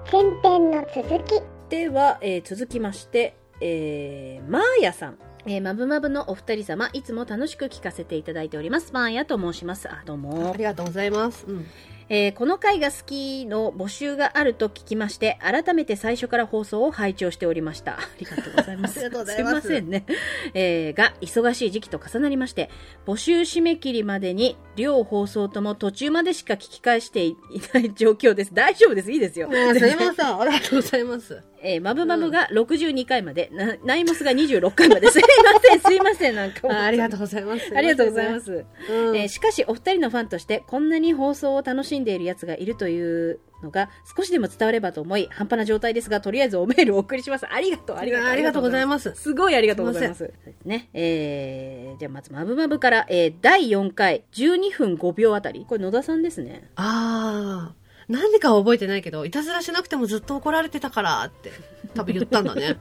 前編の続きでは、続きまして、マーヤさん。まぶまぶのお二人様、いつも楽しく聞かせていただいております。マーヤと申します。どうも。 ありがとうございます。 この回が好きの募集があると聞きまして、改めて最初から放送を拝聴しておりました。ありがとうございます。 ありがとうございます。 すいませんね。が、忙しい時期と重なりまして、募集締め切りまでに、両放送とも途中までしか聞き返していない状況です。大丈夫です。いいですよ。 すいません。ありがとうございます。 まぶまぶが62回まで、ナイモスが26回まで。すいません。なんかありがとうございます。 ありがとうございます。しかし、お二人のファンとして、こんなに放送を楽しんでいる奴がいるというのが、少しでも伝わればと思い、半端な状態ですが、とりあえずおメールをお送りします。ありがとうございます。すごいありがとうございます。ね。じゃあ、まず、まぶまぶから、第4回、12分5秒あたり。これ、野田さんですね。 なんでかは覚えてないけど、いたずらしなくてもずっと怒られてたからって多分言ったんだね。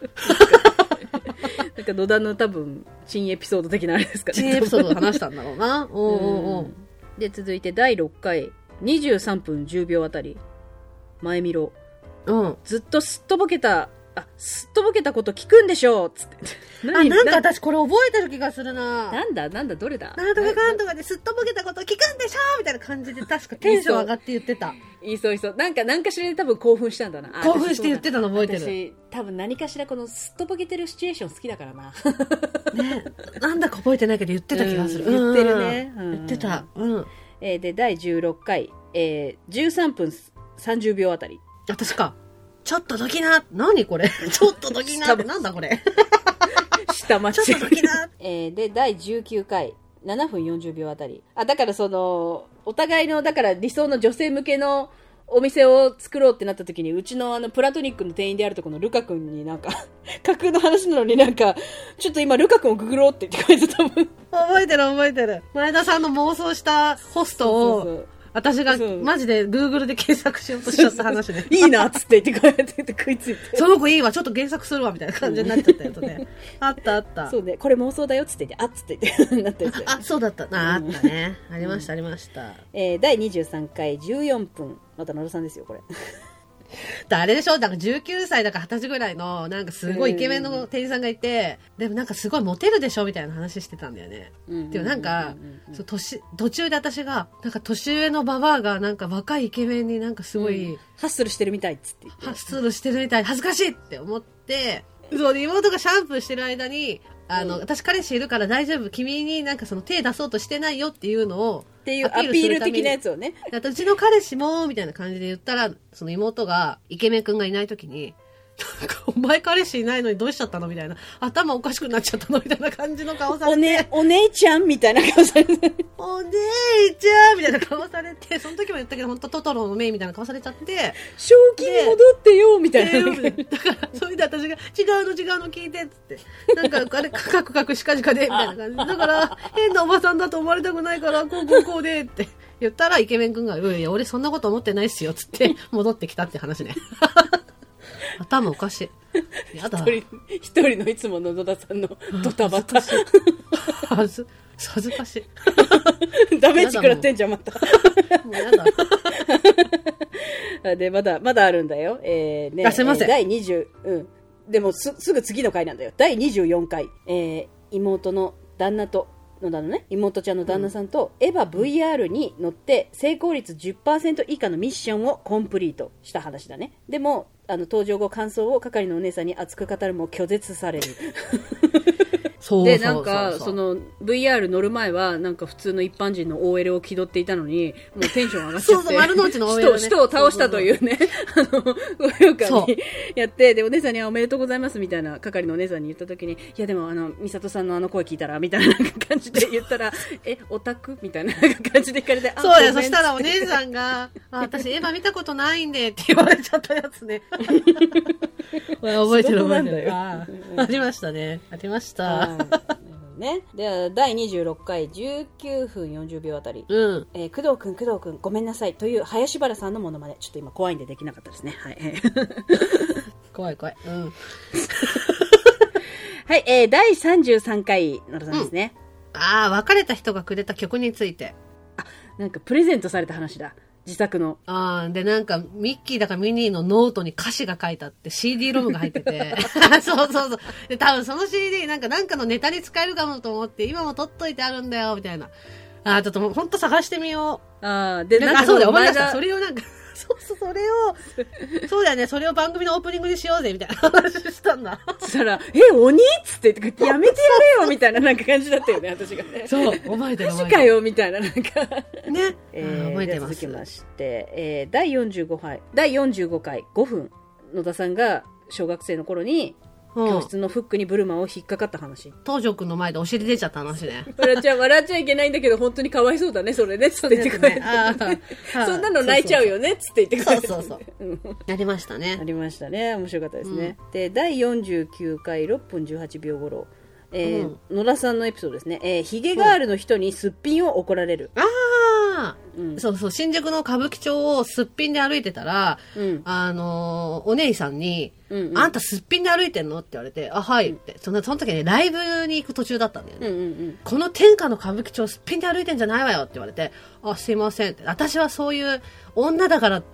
なんか野田の多分珍エピソード的なあれですかね。 珍エピソードを話したんだろうな。 で、続いて第6回23分10秒あたり。前見ろ。ずっとすっとぼけたこと聞くんでしょうつって。 なんか私これ覚えてる気がするな。 なんだどれだ。 なんとかかんとかですっとぼけたこと聞くんでしょみたいな感じで確かテンション上がって言ってた。 言いそう。なんかしらで多分興奮したんだな。 興奮して言ってたの覚えてる。 私多分何かしらこのすっとぼけてるシチュエーション好きだからな。 ね。なんだか覚えてないけど言ってた気がする。 言ってるね。 言ってた。 で、第16回、13分30秒あたり。 私か。ちょっとドキな。何これ。ちょっとドキな。なんだこれ。 下町。 ちょっとドキな。 で、第19回、7分40秒あたり。だからお互いの、だから理想の女性向けのお店を作ろうってなった時に、うちのプラトニックの店員であるとこのルカ君になんか、架空の話なのになんか、ちょっと今ルカ君をググろうって言って書いてたもん。 覚えてる。前田さんの妄想したホストを、私がマジで Google で検索しようとしちゃった話ね。 いいなっつって言ってこうやって食いついて。 その子いいわ、ちょっと原作するわみたいな感じになっちゃったやつね。あった。 そうね、これ妄想だよっつって言って、つって言ってなったやつ。 そうだった。あったね。ありました。 第23回14分。また野田さんですよ、これ。 あれでしょなんか19歳だか20歳ぐらいのなんかすごいイケメンの店員さんがいて、でもなんかすごいモテるでしょみたいな話してたんだよね。でもなんか途中で私がなんか年上のババアがなんか若いイケメンになんかすごい、 ハッスルしてるみたいっつってハッスルしてるみたい恥ずかしいって思って、そう妹がシャンプーしてる間に私彼氏いるから大丈夫、君になんか手出そうとしてないよっていうのをっていうアピール的なやつをね。 うちの彼氏もみたいな感じで言ったら、その妹がイケメンくんがいないときに、なんかお前彼氏いないのにどうしちゃったのみたいな、頭おかしくなっちゃったのみたいな感じの顔されて、 お姉ちゃんみたいな顔されて、 お姉ちゃんみたいな顔されて、その時も言ったけど本当トトロのメイみたいな顔されちゃって、 正気に戻ってよみたいな。 だからそれで私が違うの聞いてっつって、なんかあれカクしかじかでみたいな感じだから変なおばさんだと思われたくないからこうでって言ったら、イケメンくんがいや俺そんなこと思ってないっすよっつって戻ってきたって話ね。頭おかしい。やだ。 一人のいつもの野田さんのドタバタ。 恥ずかしい。 ダメージ食らってんじゃん、また。 もうやだ。で、まだあるんだよ。 すいません。 第20、でもすぐ次の回なんだよ。第24回。妹の旦那と、野田のね、妹ちゃんの旦那さんと、エヴァ VR に乗って成功率 10% 以下のミッションをコンプリートした話だね。でも、登場後感想を係のお姉さんに熱く語るも拒絶される。で、なんか、VR 乗る前は、なんか普通の一般人の OL を気取っていたのに、もうテンション上がっちゃって。 丸の内の OL ね。 人を倒したというね、ご評価にやって、で、お姉さんにおめでとうございますみたいな、係のお姉さんに言った時に、いやでも美里さんの声聞いたら、みたいな感じで言ったら、オタクみたいな感じで聞かれて、 そうや、そしたらお姉さんが、私エヴァ見たことないんでって言われちゃったやつね。覚えてる。ありましたね。ありました。 ね。では、第26回19分40秒あたり。工藤くん、ごめんなさい。という、林原さんのモノマネ。ちょっと今怖いんでできなかったですね。はい。 怖い。 はい、第33回、野田さんですね。 別れた人がくれた曲について。 なんかプレゼントされた話だ。 自作の。 で、なんか、ミッキーだかミニーのノートに歌詞が書いてあって、CD ロムが入ってて。そうそうそう。で、多分その CD、なんかのネタに使えるかもと思って、今も取っといてあるんだよ、みたいな。ちょっとほんと探してみよう。 で、 なんかそうだよ、思い出した。それをなんか、それを、そうだよね、それを番組のオープニングにしようぜ、みたいな話したんだ。 そしたら、鬼っつって、やめてやれよ、みたいななんか感じだったよね、私がね。 そう、覚えてる。 マジかよ、みたいな、なんか。 ね。覚えてます。 続きまして、第45回5分、野田さんが小学生の頃に、教室のフックにブルマを引っかかった話。 東條くんの前でお尻出ちゃった話ね。 笑っちゃいけないんだけど、本当にかわいそうだね、それね、つって言ってくれて。そんなの泣いちゃうよね、つって言ってくれて。 そう。なりましたね。 ありましたね。面白かったですね。で、第49回6分18秒頃。野田さんのエピソードですね。ヒゲガールの人にすっぴんを怒られる。そうそう、新宿の歌舞伎町をすっぴんで歩いてたら、お姉さんに、あんたすっぴんで歩いてんのって言われて、はいって。その時ね、ライブに行く途中だったんだよね。この天下の歌舞伎町すっぴんで歩いてんじゃないわよって言われて、すいませんって。私はそういう女だからって。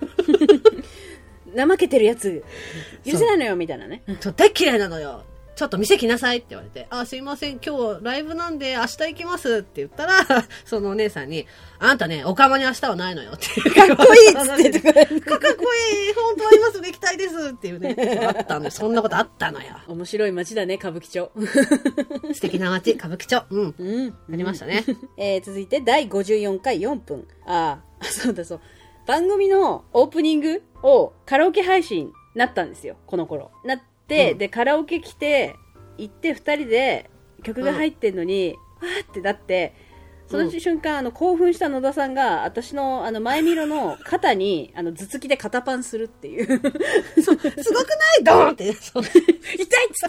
怠けてるやつ、許せないのよ、みたいなね。 大っ嫌いなのよ。ちょっと店来なさいって言われて、すいません、今日ライブなんで明日行きますって言ったら、そのお姉さんに、あんたね、おかまに明日はないのよって。 かっこいいっつってとか。 かっこいい、本当は今すぐ行きたいですっていうね。あったんで、そんなことあったのよ。 面白い街だね、歌舞伎町。 素敵な街、歌舞伎町。ありましたね。 続いて第54回4分。そうだそう。番組のオープニングをカラオケ配信なったんですよ、この頃。で、カラオケ来て、行って二人で曲が入ってんのに、わーってなって、その瞬間、興奮した野田さんが、私の、前見ろの肩に、頭突きで肩パンするっていう。すごくないドーンって。痛いっつって。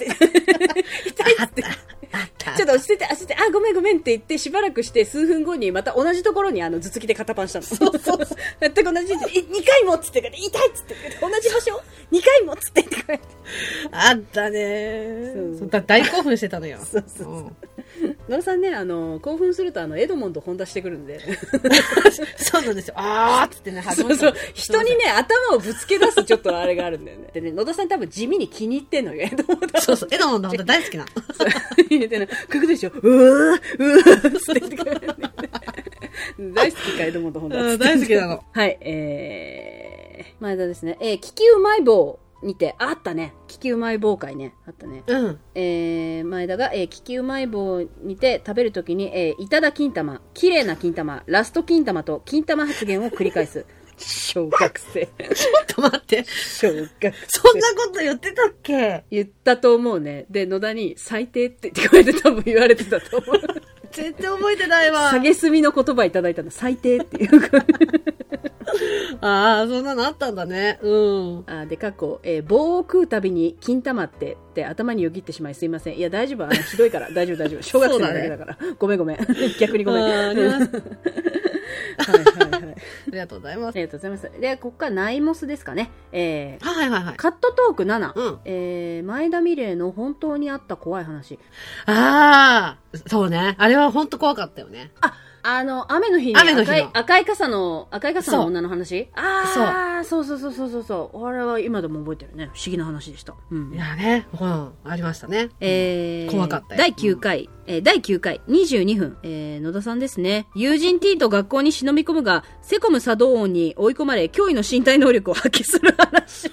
痛いっつって。ちょっと落ち着いて、ごめんって言って、しばらくして数分後にまた同じところに頭突きで肩パンしたの。そう。全く同じ位置で、2回もっつってから、痛いっつって、同じ場所 ?2 回もっつってって言って。 あったねそう大興奮してたのよ。 そう。野田さんね、興奮するとエドモンド本出してくるんで。 そうなんですよ。ーっつってね、 そう。人にね、頭をぶつけ出すちょっとあれがあるんだよね。でね、野田さん多分地味に気に入ってんのよ、エドモンド。 そう、エドモンド本当大好きなの。 入れてね、くぐでしょ。うーって言ってくる。大好きか、エドモンド本出。 大好きなの。 はい、前田ですね。利きうまい棒にて、あったね。利きうまい棒会ね。あったね。前田が、利きうまい棒にて食べるときに、いただ金玉、綺麗な金玉、ラスト金玉と金玉発言を繰り返す。小学生。ちょっと待って。 小学生。 そんなこと言ってたっけ？ 言ったと思うね。で、野田に最低って言って多分言われてたと思う。 全然覚えてないわ。 下げすみの言葉いただいたの。最低っていう。 そんなのあったんだね。 で、棒を食うたびに金玉って頭によぎってしまいすいません。いや、大丈夫。ひどいから。大丈夫。小学生のだけだから。ごめん。逆にごめん。はい。 ありがとうございます。 で、ここからナイモスですかね。 はい。 カットトーク7。前田美玲の本当にあった怖い話。 そうね。あれは本当怖かったよね。 雨の日に赤い傘の女の話。そう。あれは今でも覚えてるね。不思議な話でした。 いやね、ありましたね。怖かったよ。 第9回、22分、野田さんですね。友人 T と学校に忍び込むが、セコム作動音に追い込まれ、驚異の身体能力を発揮する話。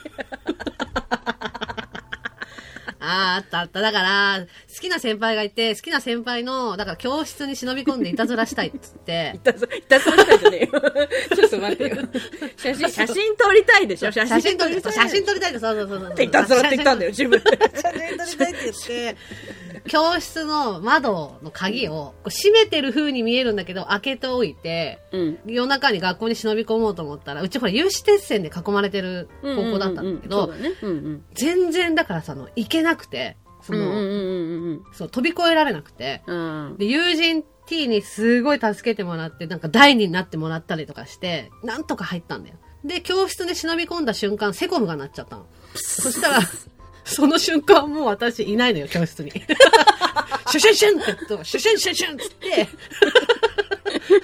あった。だから、好きな先輩がいて、好きな先輩の、だから教室に忍び込んでいたずらしたいっつって。 いたずらしたいじゃねえよ。ちょっと待ってよ。写真撮りたいでしょ？写真撮りたいで、そう。いたずらって言ったんだよ、自分で。 写真撮りたいって言って、教室の窓の鍵を閉めてる風に見えるんだけど、開けておいて、夜中に学校に忍び込もうと思ったら、うちほら有刺鉄線で囲まれてる高校だったんだけど、全然だから行けなくて、飛び越えられなくて、で、友人 T にすごい助けてもらって、なんか台になってもらったりとかして、なんとか入ったんだよ。で、教室で忍び込んだ瞬間、セコムが鳴っちゃったの。そしたら、その瞬間もう私いないのよ、教室に。シュシュンシュンって言うと、シュシュンシュンシュンって言って、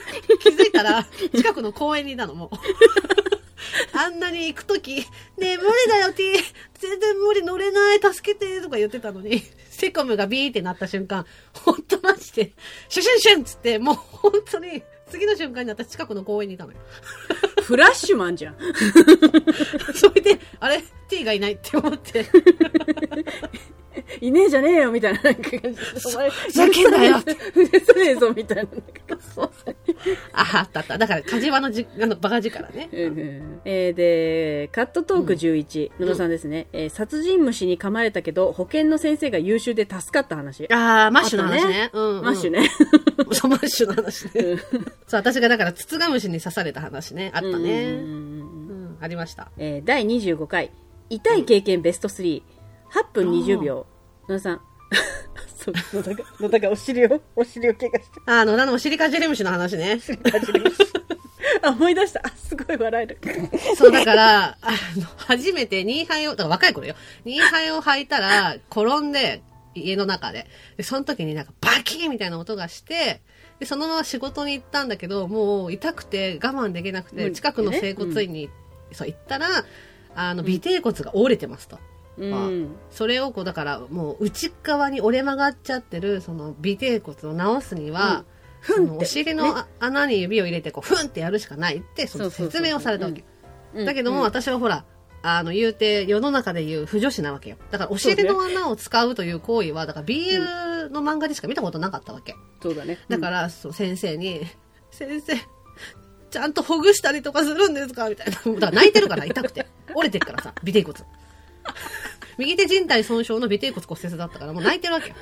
気づいたら、近くの公園にいたの、もう。あんなに行くとき、ねえ、無理だよ、T。全然無理、乗れない、助けて、とか言ってたのに、セコムがビーってなった瞬間、ほんとマジで、シュシュンシュンつって、もう本当に、次の瞬間に私近くの公園にいたのよ。 フラッシュマンじゃん。 それで、あれ ?T がいないって思って。 いねえじゃねえよ、みたいな感じで。お前、 ふざけんなよって。 ふざけねえぞ、みたいな。 そうあった。だから、火事場のバカ力ね。 で、カットトーク11、野田さんですね。殺人虫に噛まれたけど、保健の先生が優秀で助かった話。 マッシュの話ね。 マッシュね。 そう、マッシュの話ね。そう、私がだから、ツツガムシに刺された話ね。あったね。ありました。 第25回、痛い経験ベスト3。8分20秒。野田さん。そう、野田がお尻を怪我して。 野田のお尻かじり虫の話ね。 思い出した。すごい笑える。 そう、だから、初めてニーハイを、だから若い頃よ。ニーハイを履いたら、転んで、家の中で。で、その時になんかバキーみたいな音がして、で、そのまま仕事に行ったんだけど、もう痛くて我慢できなくて、近くの整骨院に、そう行ったら、尾てい骨が折れてますと。それをだからもう内側に折れ曲がっちゃってるその尾てい骨を直すには、そのお尻の穴に指を入れてふんってやるしかないってその説明をされたわけ。だけども私はほら言うて世の中で言う不女子なわけよ。だからお尻の穴を使うという行為はだから BL の漫画でしか見たことなかったわけ。 そうだね。 だから先生に先生ちゃんとほぐしたりとかするんですかみたいな。だから泣いてるから痛くて折れてるからさ尾てい骨。右手靭帯損傷の尾てい骨骨折だったからもう泣いてるわけよ。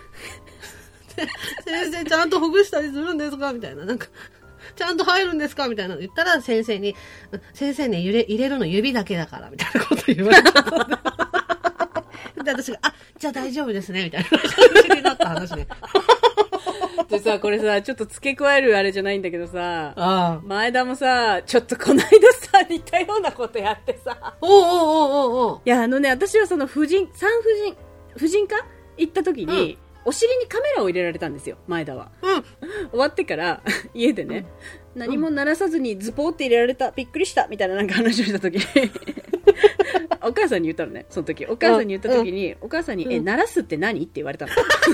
先生ちゃんとほぐしたりするんですかみたいな。なんかちゃんと入るんですかみたいな言ったら先生にね入れるの指だけだからみたいなこと言われた。で私がじゃあ大丈夫ですねみたいな感じになった話ね。 でさ、これさ、ちょっと付け加えるあれじゃないんだけどさ、前田もさ、ちょっとこの間さ、似たようなことやってさ。いや、私はその産婦人科行った時に、お尻にカメラを入れられたんですよ、前田は。終わってから、家でね、何も鳴らさずにズポーって入れられた、びっくりした、みたいななんか話をした時に、お母さんに言ったのね、その時。お母さんに言った時に、お母さんに、鳴らすって何って言われたの。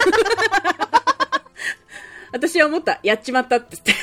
私は思った。やっちまったって言って。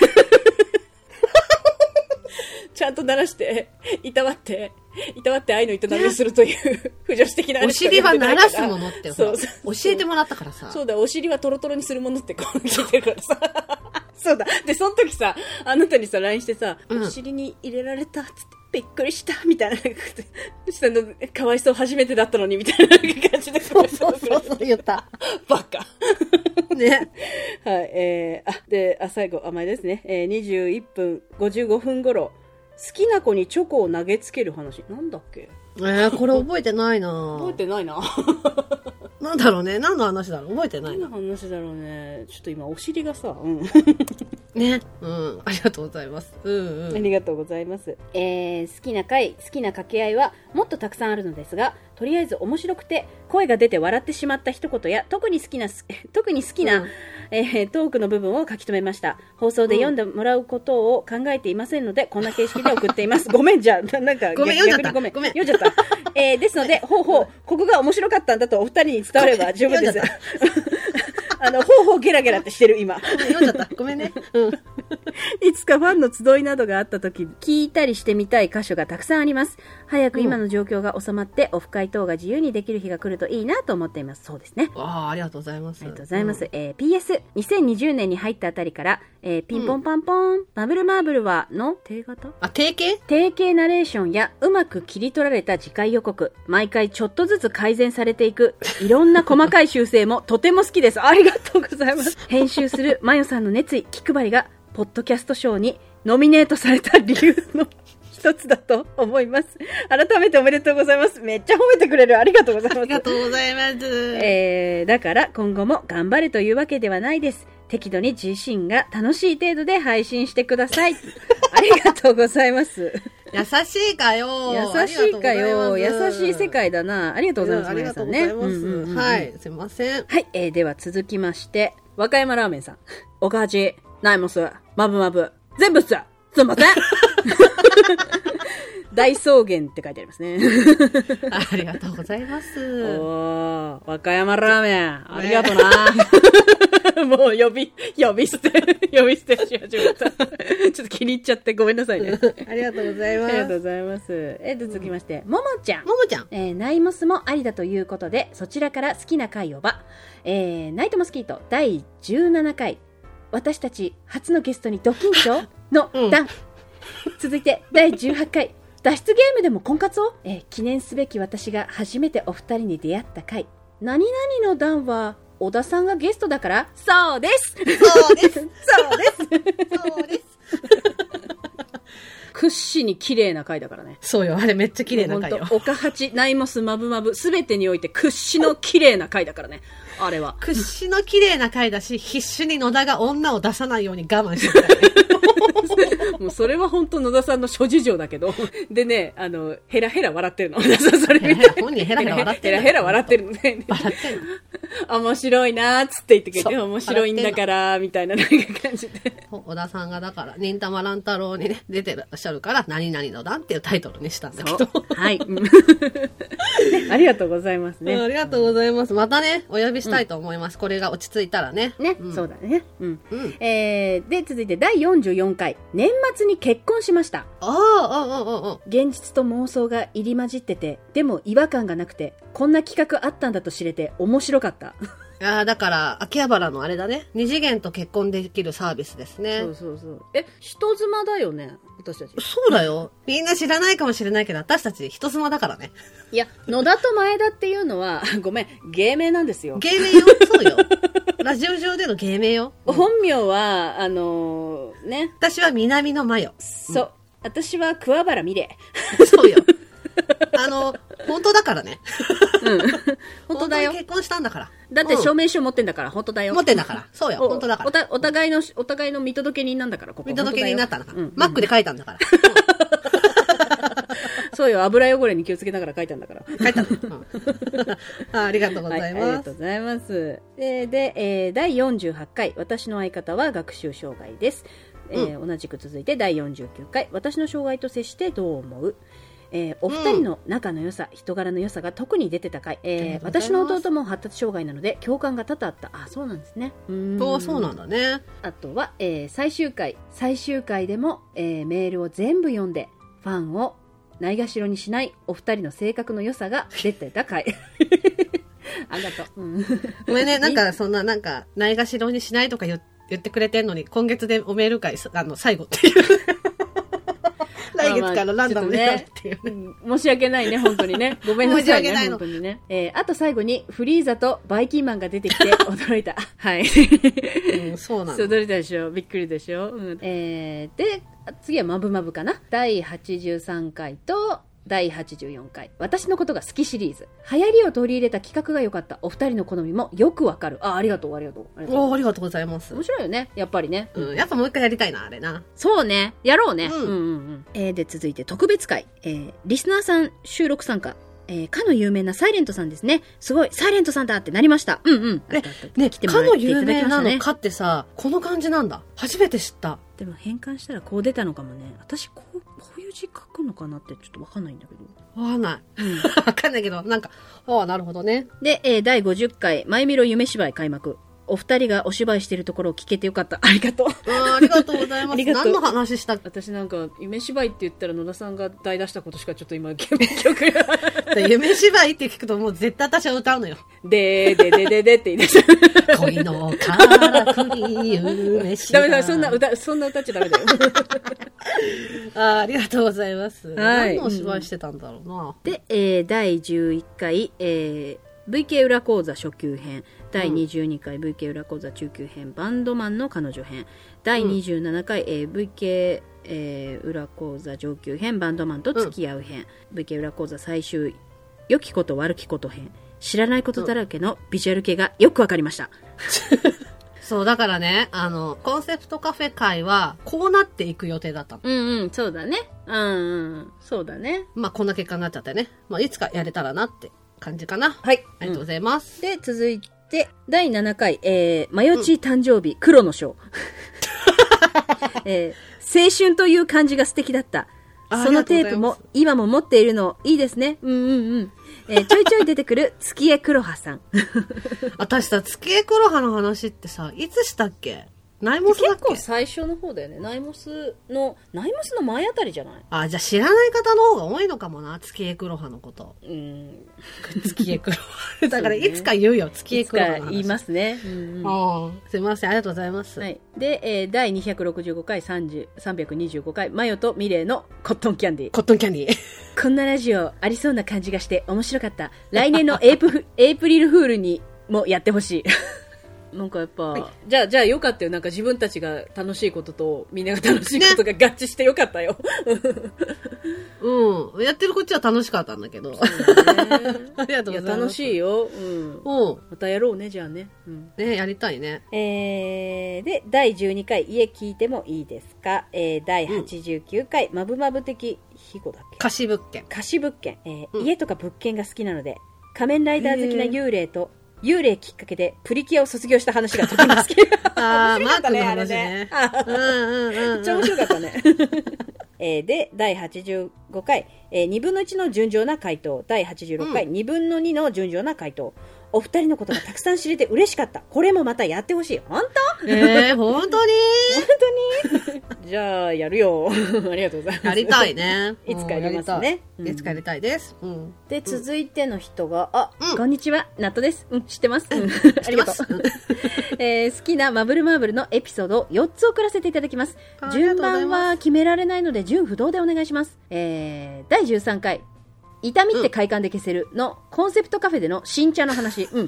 ちゃんと鳴らして、いたわって愛の営みをするという不女子的なお尻は鳴らすものってそう教えてもらったからさ。 そうだ、お尻はトロトロにするものってこう聞いてるからさ。そうだ。で、その時さ、あなたにさ、LINE してさ、お尻に入れられたっつって。びっくりしたみたいなしたのかわいそう初めてだったのにみたいな感じでそう言ったバカね。 はいで最後甘いですね、21分55分頃好きな子にチョコを投げつける話なんだっけ。 これ覚えてないな。 覚えてないな。 なんだろうね。何の話だろう。覚えてないな。 何の話だろうね。ちょっと今お尻がさ、 ね。ありがとうございます。 ありがとうございます。好きな回、好きな掛け合いはもっとたくさんあるのですが、とりあえず面白くて声が出て笑ってしまった一言や特に好きな、トークの部分を書き留めました。放送で読んでもらうことを考えていませんので、こんな形式で送っています。ごめん、じゃあ、なんか、 ごめん、読んじゃった。 読んじゃった。ですので、ここが面白かったんだとお二人に伝われば十分です。ゲラゲラってしてる今。 読んじゃった。ごめんね。 いつかファンの集いなどがあった時、聞いたりしてみたい箇所がたくさんあります。早く今の状況が収まって、オフ会等が自由にできる日が来るといいなと思っています。そうですね。 ありがとうございます。 ありがとうございます。PS、2020年に入ったあたりから、ピンポンパンポン、バブルマーブルはの定型定型ナレーションやうまく切り取られた次回予告、毎回ちょっとずつ改善されていく、いろんな細かい修正もとても好きです。ありがとうございます。編集するマヨさんの熱意、気配りが、ポッドキャスト賞にノミネートされた理由の一つだと思います。改めておめでとうございます。めっちゃ褒めてくれる。ありがとうございます。 ありがとうございます。 だから今後も頑張れというわけではないです。適度に自身が楽しい程度で配信してください。ありがとうございます。 優しいかよ。 優しいかよ。優しい世界だな。ありがとうございます。 ありがとうございます。はい、すいません。 はい、では続きまして、和歌山ラーメンさん。おかじ、ナイモス、マブマブ。 全部っす。すいません。大草原って書いてありますね。 ありがとうございます。 おー、和歌山ラーメン。ありがとな。もう呼び捨てし始めた。ちょっと気に入っちゃってごめんなさいね。 ありがとうございます。 ありがとうございます。続きまして、ももちゃん。 ももちゃん。 ナイモスもありだということで、そちらから好きな回をば。ナイトモスキート第17回。私たち初のゲストにド緊張の段。続いて第18回。脱出ゲームでも婚活を、記念すべき私が初めてお二人に出会った回。何々の段は、小田さんがゲストだからそうですそうですそうですそうです屈指に綺麗な回だからね。 そうよ、あれめっちゃ綺麗な回よ。 岡八、ナイモス、マブマブ、すべてにおいて屈指の綺麗な回だからね。あれは。 屈指の綺麗な回だし、必死に野田が女を出さないように我慢してたよね。 もうそれは本当野田さんの諸事情だけど。でね、ヘラヘラ笑ってるの。野田さんそれ見て。 本人ヘラヘラ笑ってる。 ヘラヘラ笑ってるのね。 笑ってるの。面白いなーっつって言ってくれて、面白いんだから、みたいななんか感じで。 小田さんがだから、忍たま乱太郎にね、出てらっしゃるから、何々の段っていうタイトルにしたんだけど。 はい。ありがとうございますね。 ありがとうございます。またね、お呼びしたいと思います。これが落ち着いたらね。 ね、そうだね。で、続いて第44回、年末に結婚しました。現実と妄想が入り混じってて、でも違和感がなくて、こんな企画あったんだと知れて面白かった。 だから、秋葉原のあれだね。二次元と結婚できるサービスですね。 そう。人妻だよね、私たち。 そうだよ。みんな知らないかもしれないけど、私たち人妻だからね。 いや、野田と前田っていうのは、ごめん、芸名なんですよ。 芸名よ。そうよ。ラジオ上での芸名よ。 本名は、ね。 私は南のマヨ。 そう。私は桑原美玲。 そうよ。本当だからね。 本当だよ。 結婚したんだから。 だって証明書持ってんだから、本当だよ。 持ってんだから。そうよ、本当だから。 お互いの見届け人なんだから、ここ。 見届け人になったんだから。マックで書いたんだから。 そうよ、油汚れに気をつけながら書いたんだから。 書いたの。ありがとうございます。 ありがとうございます。で、第48回、私の相方は学習障害です。同じく続いて第49回、私の障害と接してどう思う？お二人の仲の良さ、人柄の良さが特に出てた回。私の弟も発達障害なので共感が多々あった。あ、そうなんですね。 そうなんだね。 あとは、最終回でも、メールを全部読んでファンをないがしろにしないお二人の性格の良さが出てた回。ありがとう。 ごめんね、なんかそんななんかないがしろにしないとか言ってくれてんのに、今月でおメール会最後っていう。来月からランダムでやるっていうね。 申し訳ないね、本当にね。ごめんなさいね、本当にね。あと最後に、フリーザとバイキンマンが出てきて驚いた。はい。 そうなんだ。驚いたでしょ。びっくりでしょ。で、次はマブマブかな。第83回と、第84回。私のことが好きシリーズ。流行りを取り入れた企画が良かった。お二人の好みもよくわかる。ありがとう、ありがとう。ありがとうございます。 面白いよね。やっぱりね。 やっぱもう一回やりたいな、あれな。 そうね。やろうね。で、続いて特別会。リスナーさん収録参加。かの有名なサイレントさんですね。すごい、サイレントさんだってなりました。 ね、かの有名なのかってさ、この感じなんだ。初めて知った。 でも変換したらこう出たのかもね。私こういう字書くのかなってちょっとわかんないんだけど。 わかんない。わかんないけど、なんか、なるほどね。 で、第50回、マイミロ夢芝居開幕。お二人がお芝居してるところを聞けてよかった。ありがとう。 ありがとうございます。何の話したっけ？ 私なんか、夢芝居って言ったら野田さんが題出したことしかちょっと今、曲夢芝居って聞くともう絶対私は歌うのよ。 でって言い出した。 恋のからくり夢芝居。 ダメだ、そんな歌っちゃダメだよ。 ありがとうございます。何のお芝居してたんだろうな。 で、第11回、VK 裏講座初級編。第22回 VK 裏講座中級編バンドマンの彼女編。第27回、VK、裏講座上級編バンドマンと付き合う編。VK 裏講座最終良きこと悪きこと編。知らないことだらけのビジュアル系がよくわかりました。 そう、だからね、コンセプトカフェ会は、こうなっていく予定だったの。 そうだね。そうだね。 まあ、こんな結果になっちゃってね。まあ、いつかやれたらなって感じかな。 はい。 ありがとうございます。 で、続いて、第7回、マヨチ誕生日、黒の章。 青春という感じが素敵だった。そのテープも今も持っているのいいですね。ちょいちょい出てくる月江黒羽さん。 私さ、月江黒羽の話ってさ、いつしたっけ？ナイモスだっけ？ 結構最初の方だよね。ナイモスの前あたりじゃない？ あ、じゃあ知らない方の方が多いのかもな、月江黒羽のこと。月江黒羽。だからいつか言うよ、月江黒羽の話。いつか言いますね。 すいません、ありがとうございます。 はい。で、第265回325回、マヨとミレイのコットンキャンディー。 コットンキャンディー。 こんなラジオありそうな感じがして面白かった。来年のエイプリルフールにもやってほしい。なんかやっぱ、はい、じゃあよかったよ。なんか自分たちが楽しいこととみんなが楽しいことが合致してよかったよ。 うん。やってるこっちは楽しかったんだけど。ありがとうございます。いや、 楽しいよ。またやろうね、じゃあね。 ね、やりたいね。 で、第12回、家聞いてもいいですか？第89回、まぶまぶ的庇護だっけ？ 貸し物件。 貸し物件。家とか物件が好きなので、仮面ライダー好きな幽霊と、幽霊きっかけでプリキュアを卒業した話がとても好き。 ああ、マークの話ね。 めっちゃ面白かったね。で、第85回、2分の1の純情な回答。第86回、2分の2の純情な回答。お二人のことがたくさん知れて嬉しかった。これもまたやってほしい。本当？ 本当にじゃあ、やるよ。ありがとうございます。 やりたいね。 いつかやりますね。 いつかやりたいです。 で、続いての人が、こんにちは、ナットです。知ってます。ありがとう。好きなマブルマーブルのエピソードを4つ送らせていただきます。順番は決められないので、順不動でお願いします。第13回、痛みって快感で消せるのコンセプトカフェでの新茶の話。面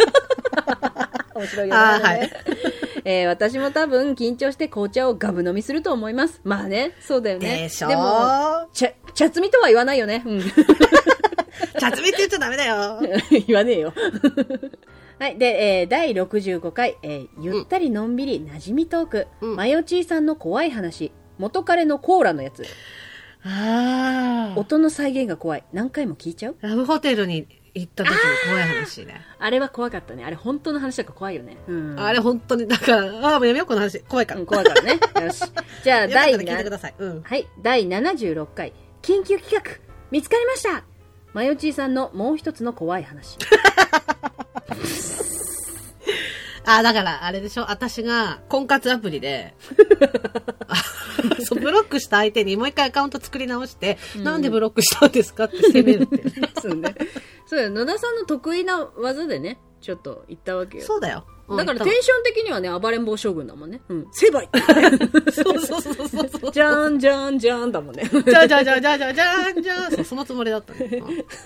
白いよね。はい。私も多分緊張して紅茶をガブ飲みすると思います。まあね、そうだよね。 でしょ。 でも、茶摘みとは言わないよね。 茶摘みって言っちゃダメだよ。 言わねえよ。はい。で、第65回、ゆったりのんびり馴染みトーク。マヨチーさんの怖い話。元彼のコーラのやつ。音の再現が怖い。何回も聞いちゃう？ ラブホテルに行った時の怖い話ね。 あれは怖かったね。あれ本当の話だから怖いよね。 あれ本当に、だから、もうやめようこの話。怖いから。 怖いからね。よし。じゃあ、 聞いてください。 はい。第76回、緊急企画、見つかりました。マヨチーさんのもう一つの怖い話。 だから、あれでしょ？私が、婚活アプリで、ブロックした相手にもう一回アカウント作り直して、なんでブロックしたんですかって責めるって。 そうね。そうだよ。野田さんの得意な技でね、ちょっと言ったわけよ。 そうだよ。 だからテンション的にはね、暴れん坊将軍だもんね。成敗そう。 じゃーんじゃーんじゃーんだもんね。 じゃーんじゃーん。そのつもりだったね。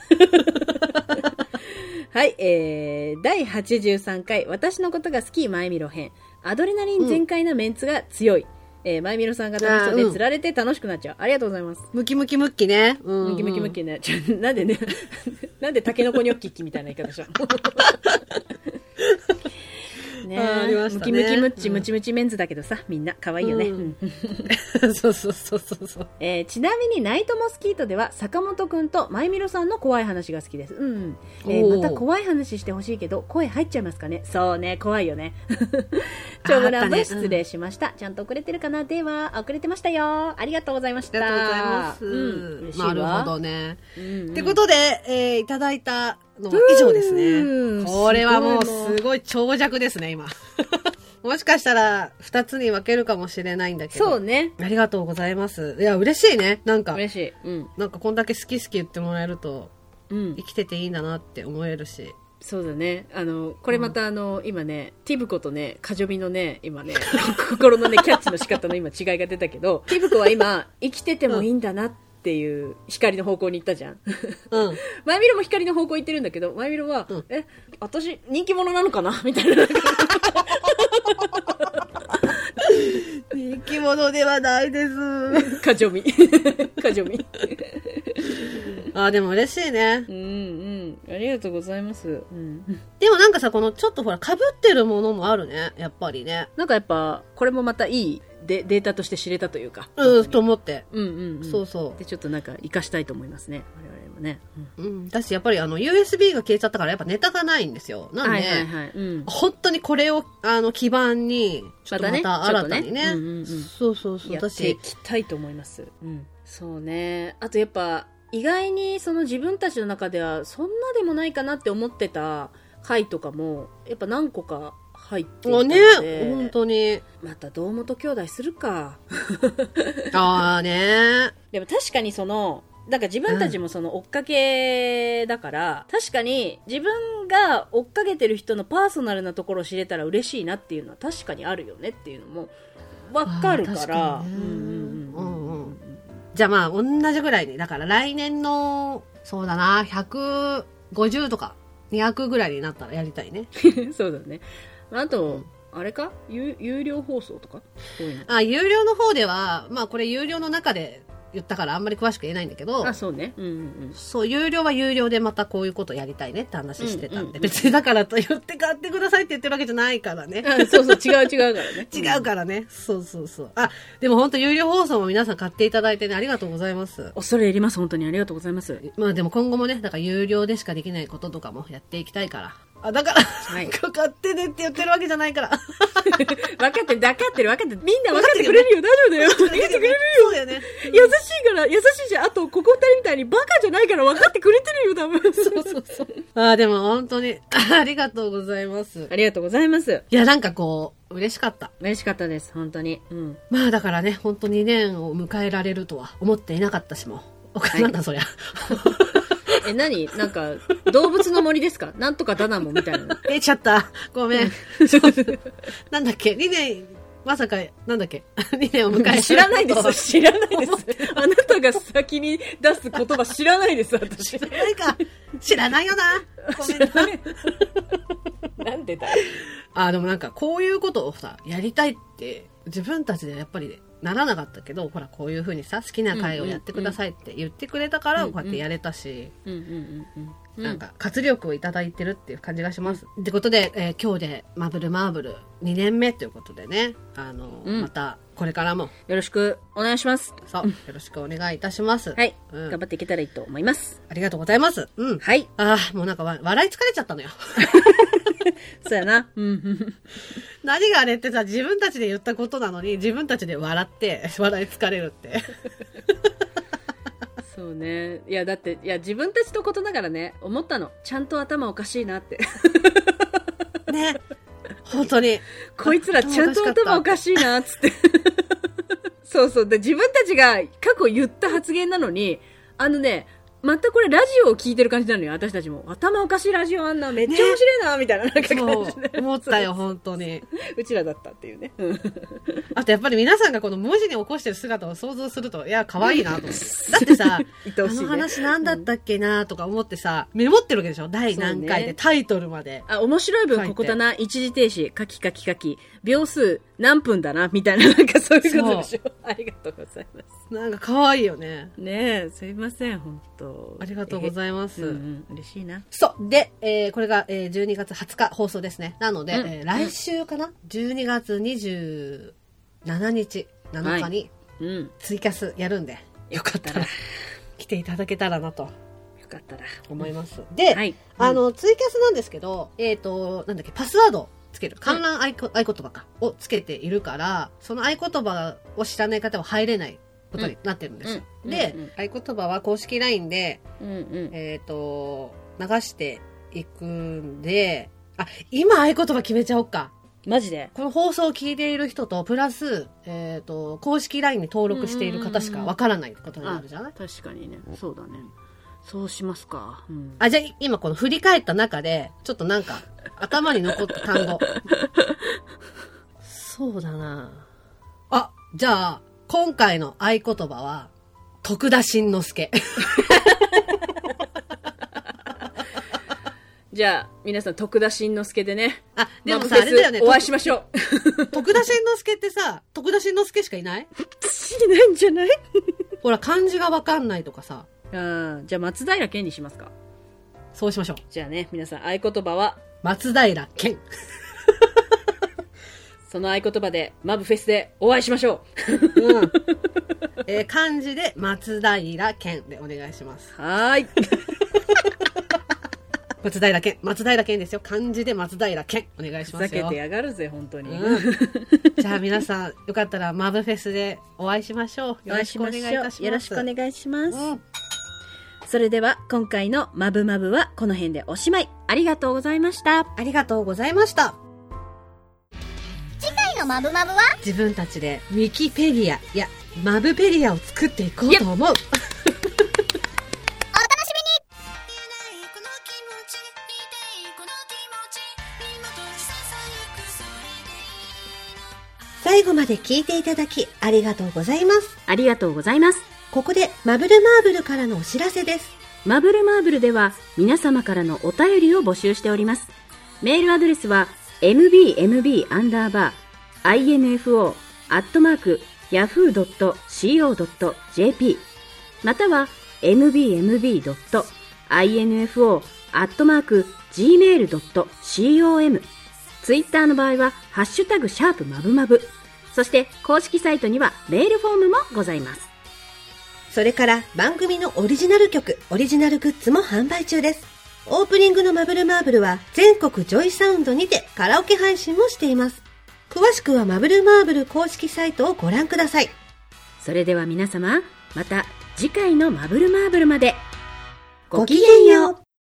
はい、第83回、私のことが好き、まゆみろ編。アドレナリン全開なメンツが強い。まゆみろさんが楽しそうで釣られて楽しくなっちゃう。ありがとうございます。 ムキムキね。 ムキムキね。なんでね、なんでタケノコニョッキッキみたいな言い方したの？ねえ、ムキムキムッチムチムチメンズだけどさ、みんな可愛いよね。 そう。 ちなみにナイトモスキートでは坂本くんとまゆみろさんの怖い話が好きです。また怖い話してほしいけど声入っちゃいますかね。そうね、怖いよね。長文乱文失礼しました。ちゃんと遅れてるかな。では遅れてましたよ。ありがとうございました。 ありがとうございます。嬉しいわ。なるほどね。ってことで、いただいたの以上ですね。これはもうすごい長尺ですね、今。もしかしたら2つに分けるかもしれないんだけど。 そうね。 ありがとうございます。いや、嬉しいね。なんか。 嬉しい。 なんかこんだけ好き言ってもらえると、生きてていいんだなって思えるし。 そうだね。これまた今ね、ティブコとね、カジョビのね、今ね、心のね、キャッチの仕方の今違いが出たけど、ティブコは今、生きててもいいんだなっていう光の方向に行ったじゃん。マイミロも光の方向行ってるんだけど、マイミロは、私人気者なのかなみたいな。 人気者ではないです。 カジョミ。 でも嬉しいね。 ありがとうございます。 でもなんかさ、このちょっとほら、被ってるものもあるね。やっぱりね。 なんかやっぱ、これもまたいいデータとして知れたというか。 と思って。 そう。で、ちょっとなんか活かしたいと思いますね。我々もね。 うん。だし、やっぱりUSB が消えちゃったから、やっぱネタがないんですよ。なんで、 はいはいはい。うん。 本当にこれを、基盤に、ちょっとまた新たにね。 うんうんうん、 そうそうそう。 やっていきたいと思います。うん。そうね。あとやっぱ、意外にその自分たちの中では、そんなでもないかなって思ってた回とかも、やっぱ何個か入っていたので。 ね、本当に。 また堂本兄弟するか。 ああね。 でも確かにだから自分たちも追っかけだから、確かに自分が追っかけてる人のパーソナルなところを知れたら嬉しいなっていうのは確かにあるよねっていうのもわかるから。 じゃあまあ同じぐらいに、だから来年の、そうだな、150とか200ぐらいになったらやりたいね。 そうだね。あと、あれか有料放送とかそういうの。有料の方では、まあこれ有料の中で言ったからあんまり詳しく言えないんだけど。 あ、そうね。うんうんうん。 そう、有料は有料でまたこういうことやりたいねって話してたんで。別にだからと言って買ってくださいって言ってるわけじゃないからね。 そうそう、違うからね。 違うからね。そうそうそう。あ、でも本当有料放送も皆さん買っていただいてね、ありがとうございます。 恐れ入ります。本当にありがとうございます。 まあでも今後もね、だから有料でしかできないこととかもやっていきたいから。あ、だから、はい、買ってねって言ってるわけじゃないから。 分かってる。みんな分かってくれるよ。大丈夫だよ。分かってくれるよ。 そうだよね。 優しいから、優しいし、あと、ここ二人みたいにバカじゃないから分かってくれてるよ、多分。 そう。でも本当に、ありがとうございます。 ありがとうございます。 いや、なんかこう、嬉しかった。 嬉しかったです、本当に。うん。 まあだからね、本当に2年を迎えられるとは思っていなかったしも。なんだそりゃ。 何なんか、動物の森ですかなんとかダナモみたいな。 ちゃった。ごめん。なんだっけ ?2 年、まさか、なんだっけ ?2 年を迎える。 知らないです。知らないです。あなたが先に出す言葉知らないです、私。 知らないか。知らないよな。ごめんな。 なんでだよ。 でもなんか、こういうことをさ、やりたいって、自分たちでやっぱり、ならなかったけど、ほら、こういう風にさ、好きな回をやってくださいって言ってくれたから、こうやってやれたし、なんか、活力をいただいてるっていう感じがします。ってことで、今日でマーブル2年目ということでね、また、これからも。 よろしくお願いします。 そう、よろしくお願いいたします。 はい。頑張っていけたらいいと思います。 ありがとうございます。うん。 はい。 もうなんか笑い疲れちゃったのよ。 そうやな。 何があれってさ、自分たちで言ったことなのに、自分たちで笑い疲れるって。 そうね。いや、だって、自分たちのことながらね、思ったの。ちゃんと頭おかしいなって。 ね。本当に。 こいつらちゃんと頭おかしいな、つって。そうそう。で、自分たちが過去言った発言なのに、またこれラジオを聞いてる感じなのよ、私たちも。頭おかしいラジオあんな、めっちゃ面白いな、みたいななんか感じで。 思ったよ、本当に。 うちらだったっていうね。 あとやっぱり皆さんがこの文字に起こしてる姿を想像すると、いや、可愛いなと思って。だってさ、あの話なんだったっけなとか思ってさ、メモってるわけでしょ第何回で、タイトルまで。 面白い分ここだな、一時停止、書き、秒数何分だな、みたいな、なんかそういうことでしょ。ありがとうございます。 なんか可愛いよね。 ねえ、すいません、本当ありがとうございます。 嬉しいな。 そう。で、これが、12月20日放送ですね。なので、来週かな ?12 月27日、7日に、ツイキャスやるんで、よかったら、来ていただけたらなと。よかったら。 思います。で、ツイキャスなんですけど、なんだっけ、パスワードつける。観覧合言葉か。をつけているから、その合言葉を知らない方は入れないことになってるんですよ。で、合言葉は公式 LINE で、流していくんで、今合言葉決めちゃおうか。 マジでこの放送を聞いている人と、プラス、公式 LINE に登録している方しかわからないことになるじゃない？ 確かにね。そうだね。そうしますか。 じゃあ今この振り返った中で、ちょっとなんか、頭に残った単語。そうだな。じゃあ、今回の合言葉は、徳田新之助。 じゃあ、皆さん、徳田新之助でね。 でもさ、あれだよね。 お会いしましょう。徳田新之助ってさ、徳田新之助しかいない？ いないんじゃない？ ほら、漢字がわかんないとかさ。 じゃあ、松平健にしますか。 そうしましょう。 じゃあね、皆さん、合言葉は、 松平健。 その合言葉でマブフェスでお会いしましょう。漢字で松平健でお願いします。 う。はーい。 松平健ですよ。漢字で松平健お願いしますよ。 ふざけてやがるぜ本当に。 じゃあ皆さんよかったらマブフェスでお会いしましょう。よろしくお願いいたします。 よろしくお願いします。それでは今回のマブマブはこの辺でおしまい。ありがとうございました。 ありがとうございました。 次回のマブマブは自分たちでウィキペディアやマブペディアを作っていこうと思う。最後まで聞いていただきありがとうございます。 ありがとうございます。 ここでマブルマーブルからのお知らせです。 マブルマーブルでは皆様からのお便りを募集しております。メールアドレスは mbmb_info@yahoo.co.jp または mbmb.info@gmail.com ツイッターの場合はハッシュタグ#マブマブ、そして公式サイトにはメールフォームもございます。 それから番組のオリジナル曲、オリジナルグッズも販売中です。オープニングのマブルマーブルは全国ジョイサウンドにてカラオケ配信もしています。詳しくはマブルマーブル公式サイトをご覧ください。 それでは皆様、また次回のマブルマーブルまでごきげんよう。